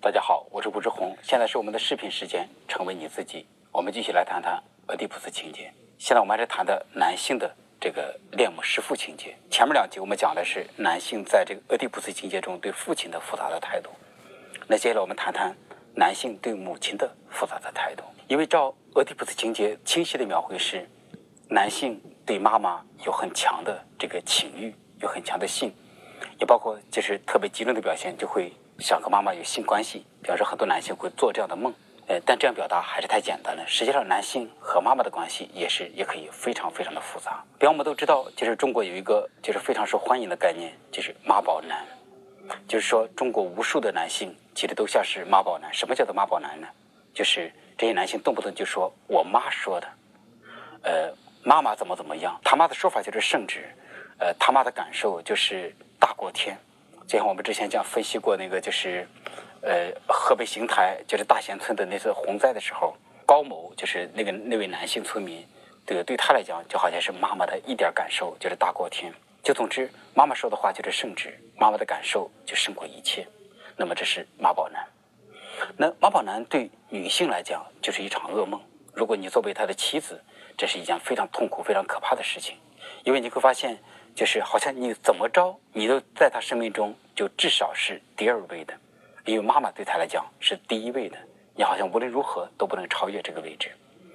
大家好，我是吴志红，现在是我们的视频时间，成为你自己。我们继续来谈谈俄狄浦斯情节。现在我们还是谈的男性的这个恋母弑父情节。前面两集我们讲的是男性在这个俄狄浦斯情节中对父亲的复杂的态度。那接下来我们谈谈男性对母亲的复杂的态度。因为照俄狄浦斯情节清晰的描绘是，男性对妈妈有很强的这个情欲，有很强的性，也包括就是特别极端的表现，就会想和妈妈有性关系。比方说很多男性会做这样的梦，但这样表达还是太简单了。实际上男性和妈妈的关系也可以非常非常的复杂。比方我们都知道，就是中国有一个就是非常受欢迎的概念，就是妈宝男。就是说中国无数的男性其实都像是妈宝男。什么叫做妈宝男呢？就是这些男性动不动就说我妈说的，妈妈怎么怎么样，他妈的说法就是圣旨，他妈的感受就是大过天。就像我们之前讲分析过那个就是河北邢台就是大贤村的那次洪灾的时候，高某就是那位男性村民，对他来讲就好像是妈妈的一点感受就是大过天。就总之妈妈说的话就是圣旨，妈妈的感受就胜过一切。那么这是妈宝男。那妈宝男对女性来讲就是一场噩梦。如果你作为他的妻子，这是一件非常痛苦非常可怕的事情。因为你会发现就是好像你怎么着你都在他生命中就至少是第二位的，因为妈妈对他来讲是第一位的，你好像无论如何都不能超越这个位置。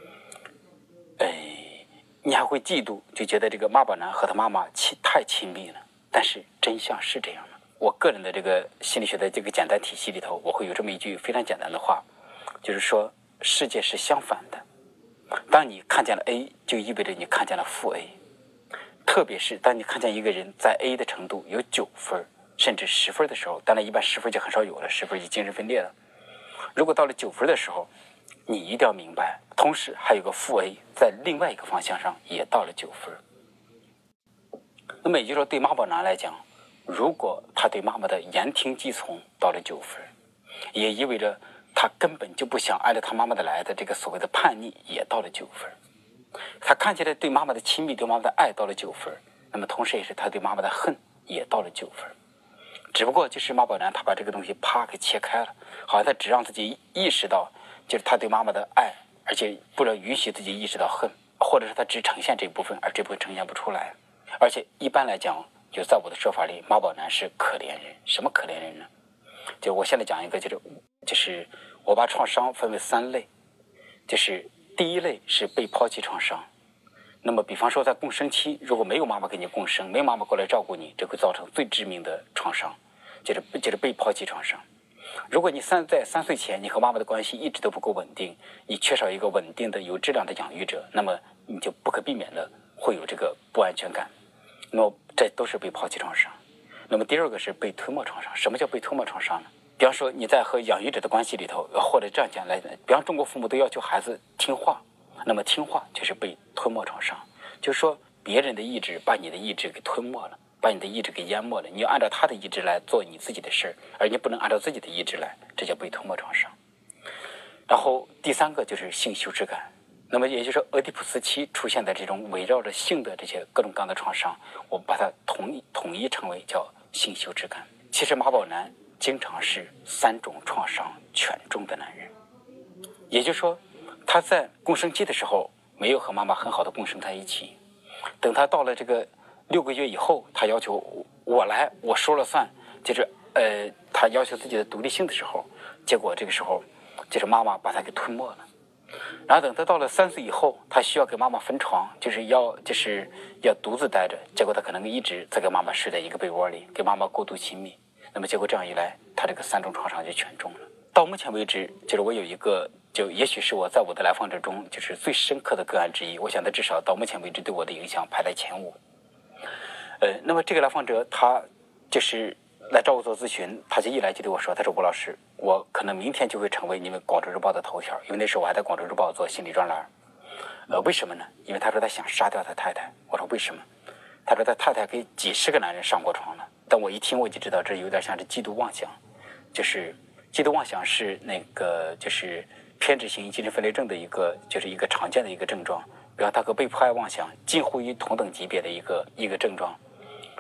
你还会嫉妒，就觉得这个妈宝男和他妈妈太亲密了。但是真相是这样的。我个人的这个心理学的这个简单体系里头，我会有这么一句非常简单的话，就是说世界是相反的。当你看见了 A， 就意味着你看见了负 A。特别是当你看见一个人在 A 的程度有9分甚至10分的时候，当然一般10分就很少有了，10分就精神分裂了。如果到了9分的时候，你一定要明白，同时还有个负 A 在另外一个方向上也到了9分。那么也就是说，对妈宝男来讲，如果他对妈妈的言听计从到了9分，也意味着他根本就不想按照他妈妈的来的这个所谓的叛逆也到了9分。他看起来对妈妈的亲密对妈妈的爱到了9分，那么同时也是他对妈妈的恨也到了9分。只不过就是妈宝男他把这个东西啪给切开了，好像他只让自己意识到就是他对妈妈的爱，而且不能允许自己意识到恨，或者是他只呈现这部分，而这部分呈现不出来。而且一般来讲，就在我的说法里，妈宝男是可怜人。什么可怜人呢？就我现在讲一个，就是我把创伤分为3类。就是第一类是被抛弃创伤。那么比方说在共生期，如果没有妈妈跟你共生，没有妈妈过来照顾你，这会造成最致命的创伤，就是被抛弃创伤。如果你在3岁前你和妈妈的关系一直都不够稳定，你缺少一个稳定的有质量的养育者，那么你就不可避免的会有这个不安全感。那么这都是被抛弃创伤。那么第二个是被吞没创伤。什么叫被吞没创伤呢？比方说你在和养育者的关系里头，或者这样讲来，比方中国父母都要求孩子听话，那么听话就是被吞没创伤。就是说别人的意志把你的意志给吞没了，把你的意志给淹没了，你要按照他的意志来做你自己的事，而你不能按照自己的意志来，这叫被吞没创伤。然后第3个就是性羞耻感。那么也就是说俄狄浦斯期出现的这种围绕着性的这些各种各样的创伤，我把它统一称为叫性羞耻感。其实妈宝男经常是3种创伤全中的男人。也就是说他在共生期的时候没有和妈妈很好的共生在一起，等他到了这个6个月以后，他要求我来，我说了算，就是他要求自己的独立性的时候，结果这个时候就是妈妈把他给吞没了。然后等他到了3岁以后，他需要给妈妈分床，就是要独自待着，结果他可能一直在跟妈妈睡在一个被窝里，跟妈妈过度亲密。那么结果这样一来，他这个3种创伤就全中了。到目前为止，就是我有一个，就也许是我在我的来访者中就是最深刻的个案之一，我想他至少到目前为止对我的影响排在前5。那么这个来访者他就是来找我做咨询，他就一来就对我说，他说吴老师，我可能明天就会成为你们广州日报的头条，因为那时候我还在广州日报做心理专栏。为什么呢？因为他说他想杀掉他太太。我说为什么？他说他太太给几10个男人上过床了。但我一听我就知道这有点像是嫉妒妄想，就是嫉妒妄想是那个就是偏执型精神分裂症的一个常见的一个症状，比方他和被迫害妄想近乎于同等级别的一个症状。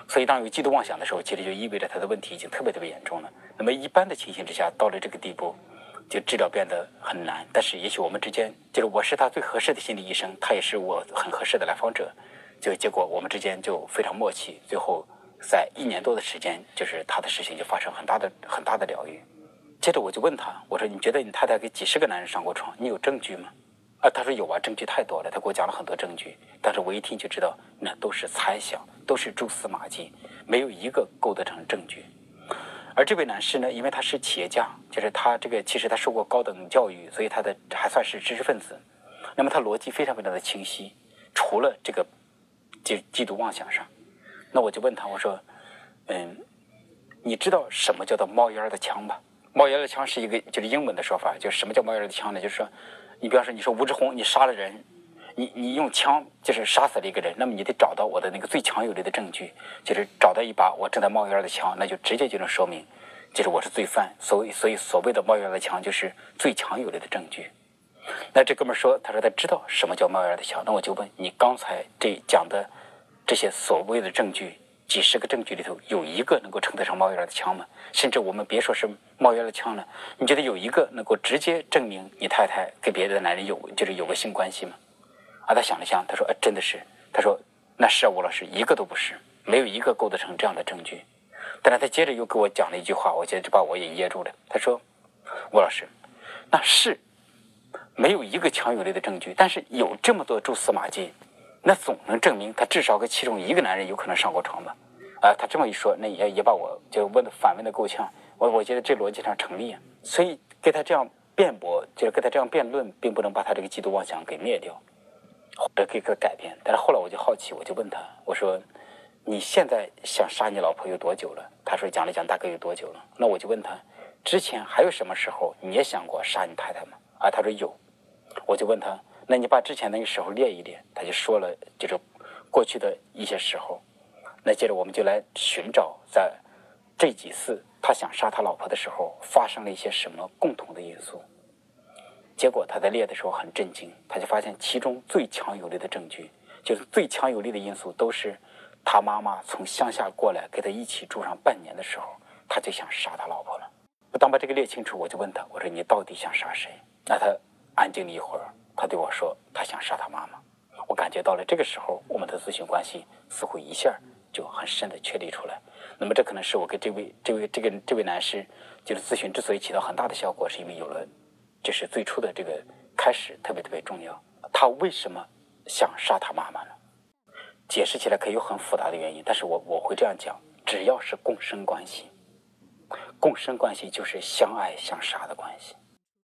所以当有嫉妒妄想的时候，其实就意味着他的问题已经特别特别严重了。那么一般的情形之下，到了这个地步，就治疗变得很难。但是也许我们之间，就是我是他最合适的心理医生，他也是我很合适的来访者，就结果我们之间就非常默契。最后在1年多的时间，就是他的事情就发生很大的疗愈。接着我就问他，我说你觉得你太太给几十个男人上过床，你有证据吗？他说有啊，证据太多了，他给我讲了很多证据，但是我一听就知道那都是猜想，都是蛛丝马迹，没有一个构得成证据。而这位男士呢，因为他是企业家，就是他其实他受过高等教育，所以他还算是知识分子。那么他逻辑非常非常的清晰，除了这个嫉妒妄想上。那我就问他，我说你知道什么叫做冒烟的枪吧？冒烟的枪是一个就是英文的说法，就是什么叫冒烟的枪呢？就是说你比方说你说吴志红你杀了人，你用枪就是杀死了一个人，那么你得找到我的那个最强有力的证据，就是找到一把我正在冒烟的枪，那就直接就能说明就是我是罪犯。所以所谓的冒烟的枪就是最强有力的证据。那这哥们说，他说他知道什么叫冒烟的枪。那我就问你，刚才讲的这些所谓的证据，几十个证据里头有一个能够称得上冒烟的枪吗？甚至我们别说是冒烟的枪了，你觉得有一个能够直接证明你太太跟别的男人有个性关系吗？他想了想，他说真的是。他说那是啊，吴老师，一个都不是，没有一个构得成这样的证据。但是他接着又给我讲了一句话，我觉得就把我也噎住了。他说吴老师，那是没有一个强有力的证据，但是有这么多蛛丝马迹，那总能证明他至少跟其中一个男人有可能上过床吧？他这么一说，那也把我就反问的够呛。我觉得这逻辑上成立啊。所以给他这样辩驳，就是跟他这样辩论，并不能把他这个嫉妒妄想给灭掉，或者给改变。但是后来我就好奇，我就问他，我说你现在想杀你老婆有多久了？他说讲了讲大概有多久了。那我就问他，之前还有什么时候你也想过杀你太太吗？他说有。我就问他，那你把之前那个时候列一列。他就说了就是过去的一些时候。那接着我们就来寻找在这几次他想杀他老婆的时候发生了一些什么共同的因素。结果他在列的时候很震惊，他就发现其中最强有力的证据，就是最强有力的因素都是他妈妈从乡下过来跟他一起住上半年的时候，他就想杀他老婆了。当把这个列清楚，我就问他，我说你到底想杀谁？那他安静了一会儿，他对我说他想杀他妈妈。我感觉到了这个时候我们的咨询关系似乎一下就很深的确立出来。那么这可能是我跟这位男士就是咨询之所以起到很大的效果，是因为有了就是最初的这个开始特别特别重要。他为什么想杀他妈妈呢？解释起来可以有很复杂的原因，但是我会这样讲，只要是共生关系，共生关系就是相爱相杀的关系。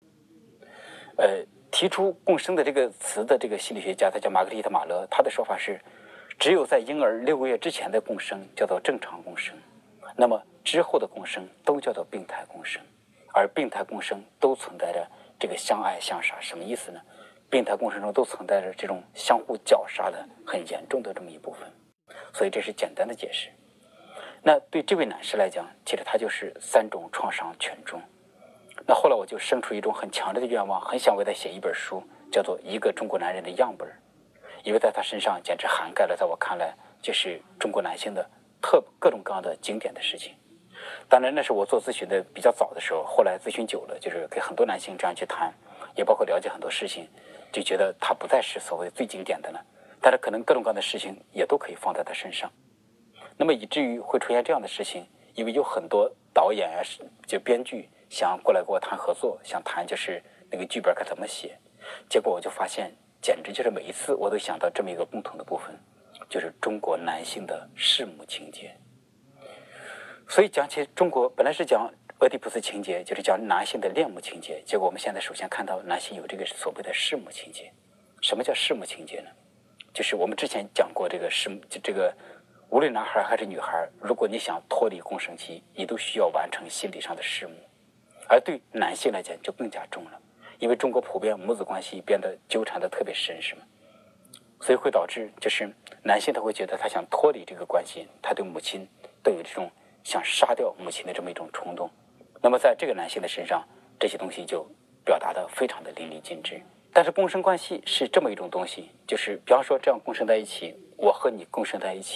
提出共生的这个词的这个心理学家，他叫玛格丽特·马勒，他的说法是，只有在婴儿6个月之前的共生叫做正常共生，那么之后的共生都叫做病态共生，而病态共生都存在着这个相爱相杀。什么意思呢？病态共生中都存在着这种相互绞杀的很严重的这么一部分。所以这是简单的解释。那对这位男士来讲，其实他就是3种创伤全中。那后来我就生出一种很强烈的愿望，很想为他写一本书，叫做《一个中国男人的样本》，因为在他身上简直涵盖了在我看来就是中国男性的各种各样的经典的事情。当然那是我做咨询的比较早的时候，后来咨询久了，就是跟很多男性这样去谈，也包括了解很多事情，就觉得他不再是所谓最经典的了，但是可能各种各样的事情也都可以放在他身上。那么以至于会出现这样的事情，因为有很多导演啊，就编剧想过来跟我谈合作，想谈就是那个剧本该怎么写。结果我就发现，简直就是每一次我都想到这么一个共同的部分，就是中国男性的弑母情节。所以讲起中国本来是讲俄狄浦斯情节，就是讲男性的恋母情节，结果我们现在首先看到男性有这个所谓的弑母情节。什么叫弑母情节呢？就是我们之前讲过这个无论男孩还是女孩，如果你想脱离共生期，你都需要完成心理上的弑母。而对男性来讲就更加重了，因为中国普遍母子关系变得纠缠的特别深，是吗？所以会导致就是男性他会觉得他想脱离这个关系，他对母亲都有这种想杀掉母亲的这么一种冲动。那么在这个男性的身上，这些东西就表达的非常的淋漓尽致。但是共生关系是这么一种东西，就是比方说这样共生在一起，我和你共生在一起，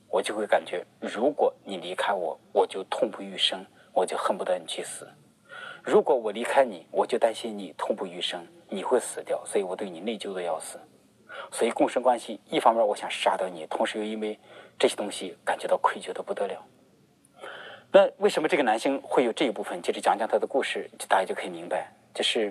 我就会感觉，如果你离开我，我就痛不欲生，我就恨不得你去死；如果我离开你，我就担心你痛不欲生，你会死掉，所以我对你内疚的要死。所以共生关系，一方面我想杀掉你，同时又因为这些东西感觉到愧疚的不得了。那为什么这个男性会有这一部分？接着讲讲他的故事，大家就可以明白，就是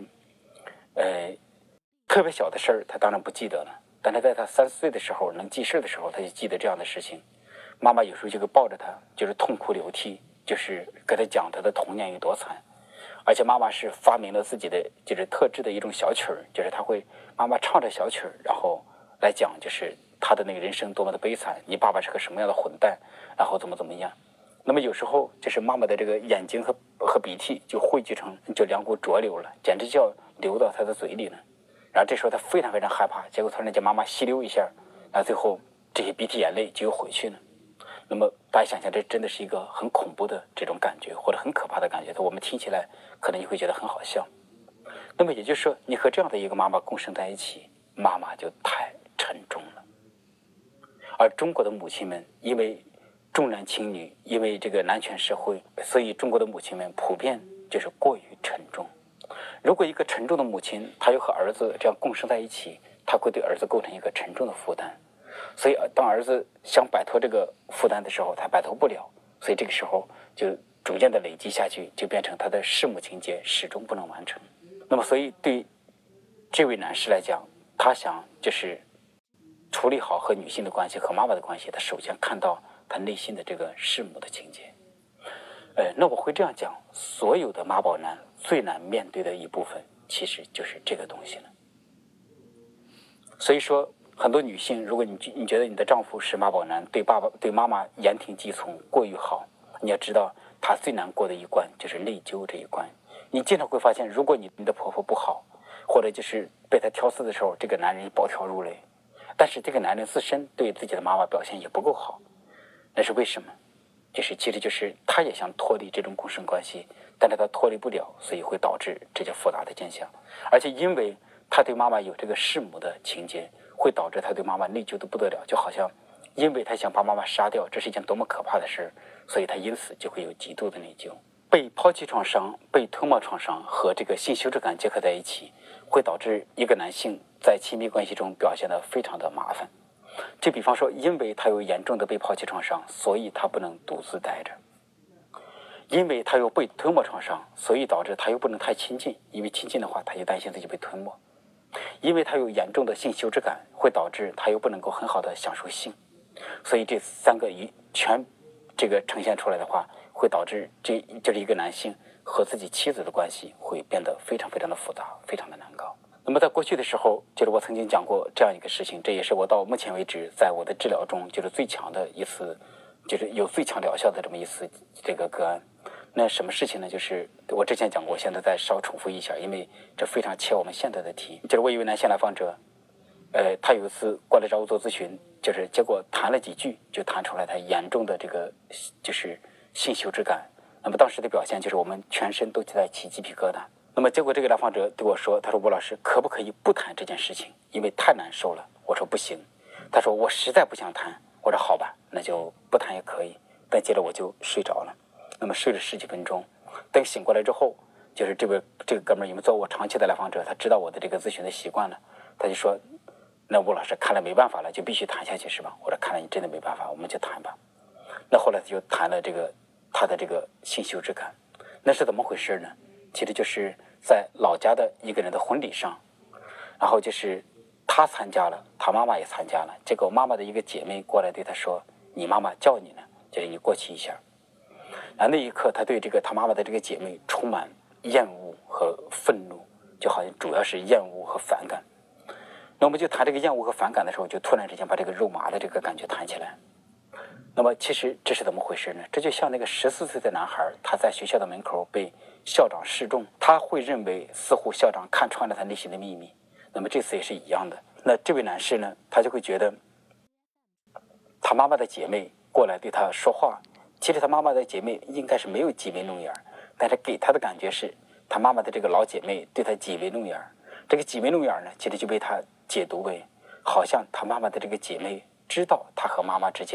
特别小的事儿他当然不记得了，但是在他3、4岁的时候能记事的时候，他就记得这样的事情。妈妈有时候就会抱着他，就是痛哭流涕，就是跟他讲他的童年有多惨。而且妈妈是发明了自己的就是特制的一种小曲儿，就是妈妈唱着小曲儿，然后来讲就是他的那个人生多么的悲惨，你爸爸是个什么样的混蛋，然后怎么样。那么有时候就是妈妈的这个眼睛和鼻涕就汇聚成就2股浊流了，简直就要流到他的嘴里了。然后这时候他非常非常害怕，结果突然叫妈妈吸溜一下，然后最后这些鼻涕眼泪就又回去了。那么大家想想，这真的是一个很恐怖的这种感觉，或者很可怕的感觉，我们听起来可能你会觉得很好笑。那么也就是说，你和这样的一个妈妈共生在一起，妈妈就太沉重了。而中国的母亲们因为重男轻女，因为这个男权社会，所以中国的母亲们普遍就是过于沉重。如果一个沉重的母亲，她又和儿子这样共生在一起，她会对儿子构成一个沉重的负担。所以当儿子想摆脱这个负担的时候，他摆脱不了，所以这个时候就逐渐的累积下去，就变成他的弑母情节始终不能完成。那么所以对这位男士来讲，他想就是处理好和女性的关系和妈妈的关系，他首先看到他内心的这个弑母的情节。那我会这样讲，所有的妈宝男最难面对的一部分其实就是这个东西了。所以说很多女性，如果你觉得你的丈夫是妈宝男，对妈妈言听计从，过于好，你要知道他最难过的一关就是内疚这一关。你经常会发现，如果你的婆婆不好，或者就是被他挑刺的时候，这个男人暴跳如雷，但是这个男人自身对自己的妈妈表现也不够好，那是为什么？其实就是他也想脱离这种共生关系，但是他脱离不了，所以会导致这些复杂的现象。而且因为他对妈妈有这个弑母的情节，会导致他对妈妈内疚的不得了，就好像因为他想把妈妈杀掉，这是一件多么可怕的事，所以他因此就会有极度的内疚。被抛弃创伤、被吞没创伤和这个性羞耻感结合在一起，会导致一个男性在亲密关系中表现得非常的麻烦。就比方说，因为他有严重的被抛弃创伤，所以他不能独自待着；因为他有被吞没创伤，所以导致他又不能太亲近，因为亲近的话，他就担心自己被吞没；因为他有严重的性羞耻感，会导致他又不能够很好的享受性。所以这3个全这个呈现出来的话，会导致就是一个男性和自己妻子的关系会变得非常非常的复杂，非常的难搞。那么在过去的时候，就是我曾经讲过这样一个事情，这也是我到目前为止在我的治疗中就是最强的一次，就是有最强疗效的这么一次这个个案。那什么事情呢？就是我之前讲过，现在再稍重复一下，因为这非常切我们现在的题。就是我有一位男性来访者，他有一次过来找我做咨询，就是结果谈了几句就谈出来他严重的这个就是性羞耻感。那么当时的表现就是我们全身都在起鸡皮疙瘩。那么结果这个来访者对我说，他说吴老师可不可以不谈这件事情，因为太难受了。我说不行。他说我实在不想谈。我说好吧，那就不谈也可以。但接着我就睡着了。那么睡了10几分钟，等醒过来之后，就是这个哥们儿，因为做我长期的来访者，他知道我的这个咨询的习惯了，他就说，那吴老师看来没办法了，就必须谈下去是吧？我说看来你真的没办法，我们就谈吧。那后来他就谈了他的这个性羞耻感。那是怎么回事呢？其实就是在老家的一个人的婚礼上，然后就是他参加了，他妈妈也参加了，结果妈妈的一个姐妹过来对他说，你妈妈叫你呢，就是你过去一下。然后那一刻他对他妈妈的这个姐妹充满厌恶和愤怒，就好像主要是厌恶和反感。那我们就谈这个厌恶和反感的时候，就突然之间把这个肉麻的这个感觉谈起来。那么其实这是怎么回事呢？这就像那个14岁的男孩，他在学校的门口被校长示众，他会认为似乎校长看穿了他内心的秘密。那么这次也是一样的。那这位男士呢，他就会觉得他妈妈的姐妹过来对他说话，其实他妈妈的姐妹应该是没有挤眉弄眼，但是给他的感觉是他妈妈的这个老姐妹对他挤眉弄眼。这个挤眉弄眼呢，其实就被他解读为好像他妈妈的这个姐妹知道他和妈妈之间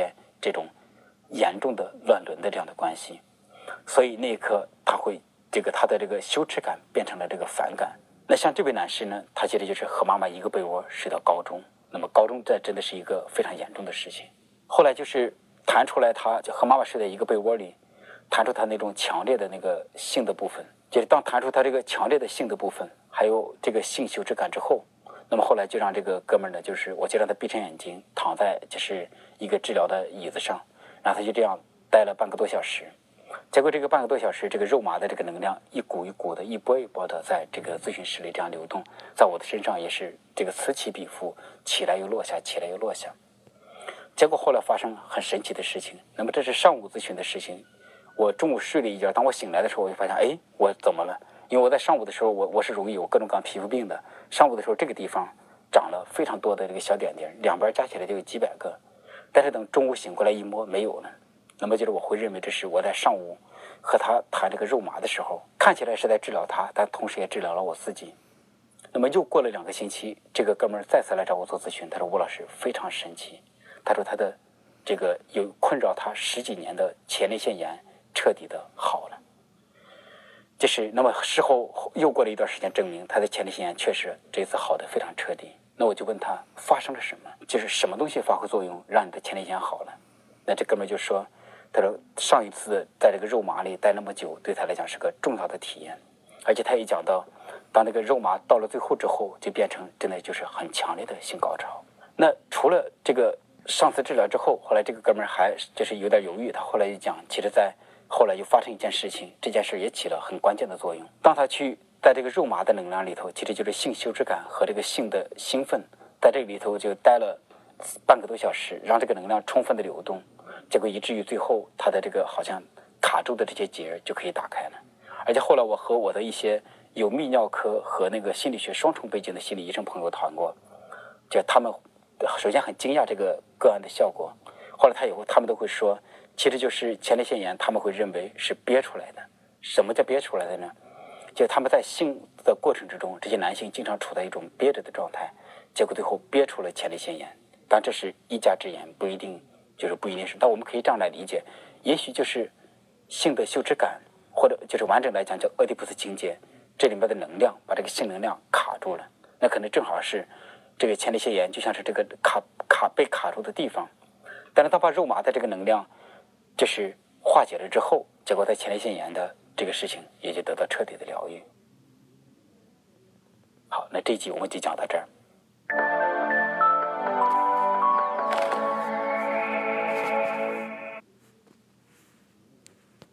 这种严重的乱伦的这样的关系，所以那一刻他的这个羞耻感变成了这个反感。那像这位男士呢，他其实就是和妈妈一个被窝睡到高中，那么高中这真的是一个非常严重的事情。后来就是弹出来，他就和妈妈睡在一个被窝里，弹出他那种强烈的那个性的部分，就是当弹出他这个强烈的性的部分，还有这个性羞耻感之后，那么后来就让这个哥们儿呢，就是我就让他闭上眼睛，躺在就是一个治疗的椅子上，然后他就这样待了半个多小时。结果这个半个多小时，这个肉麻的这个能量一股一股的、一波一波的在这个咨询室里这样流动，在我的身上也是这个此起彼伏，起来又落下，起来又落下。结果后来发生很神奇的事情。那么这是上午咨询的事情，我中午睡了一觉，当我醒来的时候，我就发现，哎，我怎么了？因为我在上午的时候，我是容易有各种各样皮肤病的。上午的时候，这个地方长了非常多的这个小点点，两边加起来就有几百个。但是等中午醒过来一摸，没有了。那么就是我会认为这是我在上午和他谈这个肉麻的时候，看起来是在治疗他，但同时也治疗了我自己。那么又过了2个星期，这个哥们儿再次来找我做咨询，他说吴老师非常神奇，他说他的这个有困扰他10几年的前列腺炎彻底的好了。就是那么事后又过了一段时间，证明他的前列腺炎确实这次好的非常彻底。那我就问他发生了什么，就是什么东西发挥作用让你的前列腺好了？那这哥们儿就说，他说上一次在这个肉麻里待那么久，对他来讲是个重要的体验，而且他也讲到，当那个肉麻到了最后之后，就变成真的就是很强烈的性高潮。那除了这个上次治疗之后，后来这个哥们儿还就是有点犹豫，他后来就讲，其实在后来又发生一件事情，这件事也起了很关键的作用。当他去在这个肉麻的能量里头，其实就是性羞耻感和这个性的兴奋，在这里头就待了半个多小时，让这个能量充分的流动，结果以至于最后他的这个好像卡住的这些结就可以打开了。而且后来我和我的一些有泌尿科和那个心理学双重背景的心理医生朋友谈过，就他们首先很惊讶这个个案的效果，后来他们都会说，其实就是前列腺炎，他们会认为是憋出来的。什么叫憋出来的呢？就他们在性的过程之中，这些男性经常处在一种憋着的状态，结果最后憋出了前列腺炎。但这是一家之言，不一定是。但我们可以这样来理解，也许就是性的羞耻感，或者就是完整来讲叫俄狄浦斯情节，这里面的能量把这个性能量卡住了，那可能正好是这个前列腺炎就像是这个被卡住的地方。但是他把肉麻的这个能量就是化解了之后，结果在前列腺炎的这个事情也就得到彻底的疗愈。好，那这一集我们就讲到这儿。